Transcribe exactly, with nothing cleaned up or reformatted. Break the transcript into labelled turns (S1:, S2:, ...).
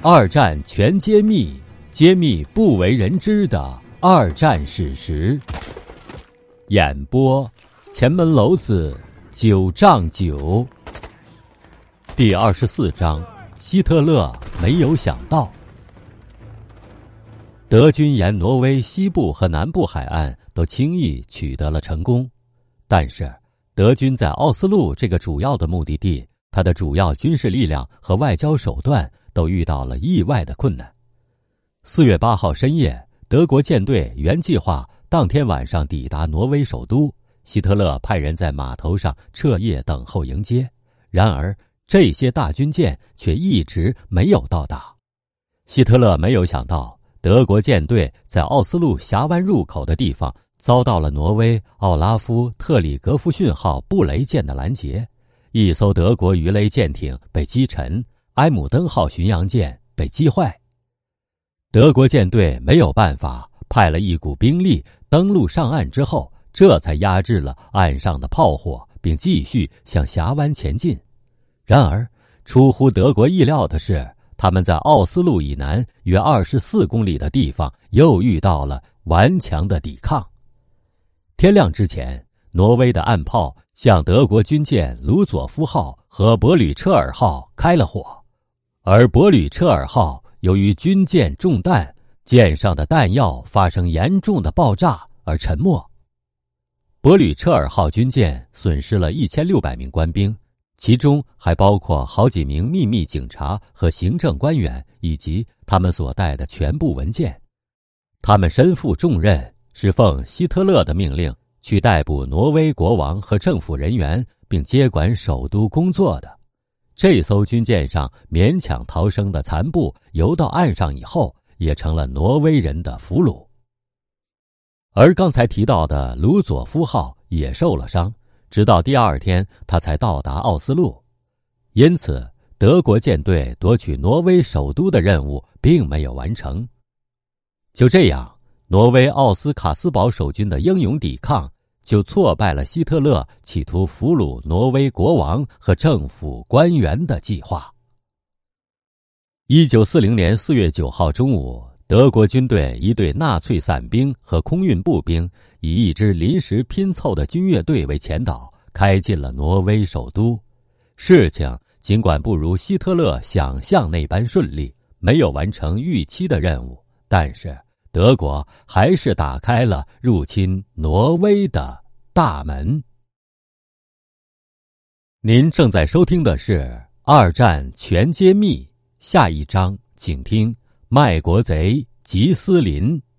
S1: 二战全揭秘，揭秘不为人知的二战史实。演播：前门楼子九丈九。第二十四章：希特勒没有想到。德军沿挪威西部和南部海岸都轻易取得了成功，但是德军在奥斯陆这个主要的目的地，它的主要军事力量和外交手段都遇到了意外的困难。四月八号深夜，德国舰队原计划当天晚上抵达挪威首都，希特勒派人在码头上彻夜等候迎接。然而这些大军舰却一直没有到达。希特勒没有想到，德国舰队在奥斯陆峡湾入口的地方遭到了挪威奥拉夫·特里格夫逊号布雷舰的拦截，一艘德国鱼雷舰艇被击沉，埃姆登号巡洋舰被击坏。德国舰队没有办法，派了一股兵力登陆上岸之后，这才压制了岸上的炮火，并继续向峡湾前进。然而出乎德国意料的是，他们在奥斯陆以南约二十四公里的地方又遇到了顽强的抵抗。天亮之前，挪威的岸炮向德国军舰卢佐夫号和伯吕彻尔号开了火，而伯吕彻尔号由于军舰中弹，舰上的弹药发生严重的爆炸而沉没。伯吕彻尔号军舰损失了一千六百名官兵，其中还包括好几名秘密警察和行政官员，以及他们所带的全部文件。他们身负重任，是奉希特勒的命令去逮捕挪威国王和政府人员，并接管首都工作的。这艘军舰上勉强逃生的残部游到岸上以后，也成了挪威人的俘虏。而刚才提到的卢佐夫号也受了伤，直到第二天他才到达奥斯陆。因此德国舰队夺取挪威首都的任务并没有完成。就这样，挪威奥斯卡斯堡守军的英勇抵抗就挫败了希特勒企图俘虏挪威国王和政府官员的计划。一九四零年四月九号中午，德国军队一队纳粹伞兵和空运步兵以一支临时拼凑的军乐队为前导，开进了挪威首都。事情尽管不如希特勒想象那般顺利，没有完成预期的任务，但是德国还是打开了入侵挪威的大门。您正在收听的是《二战全揭秘》，下一章请听卖国贼吉斯林。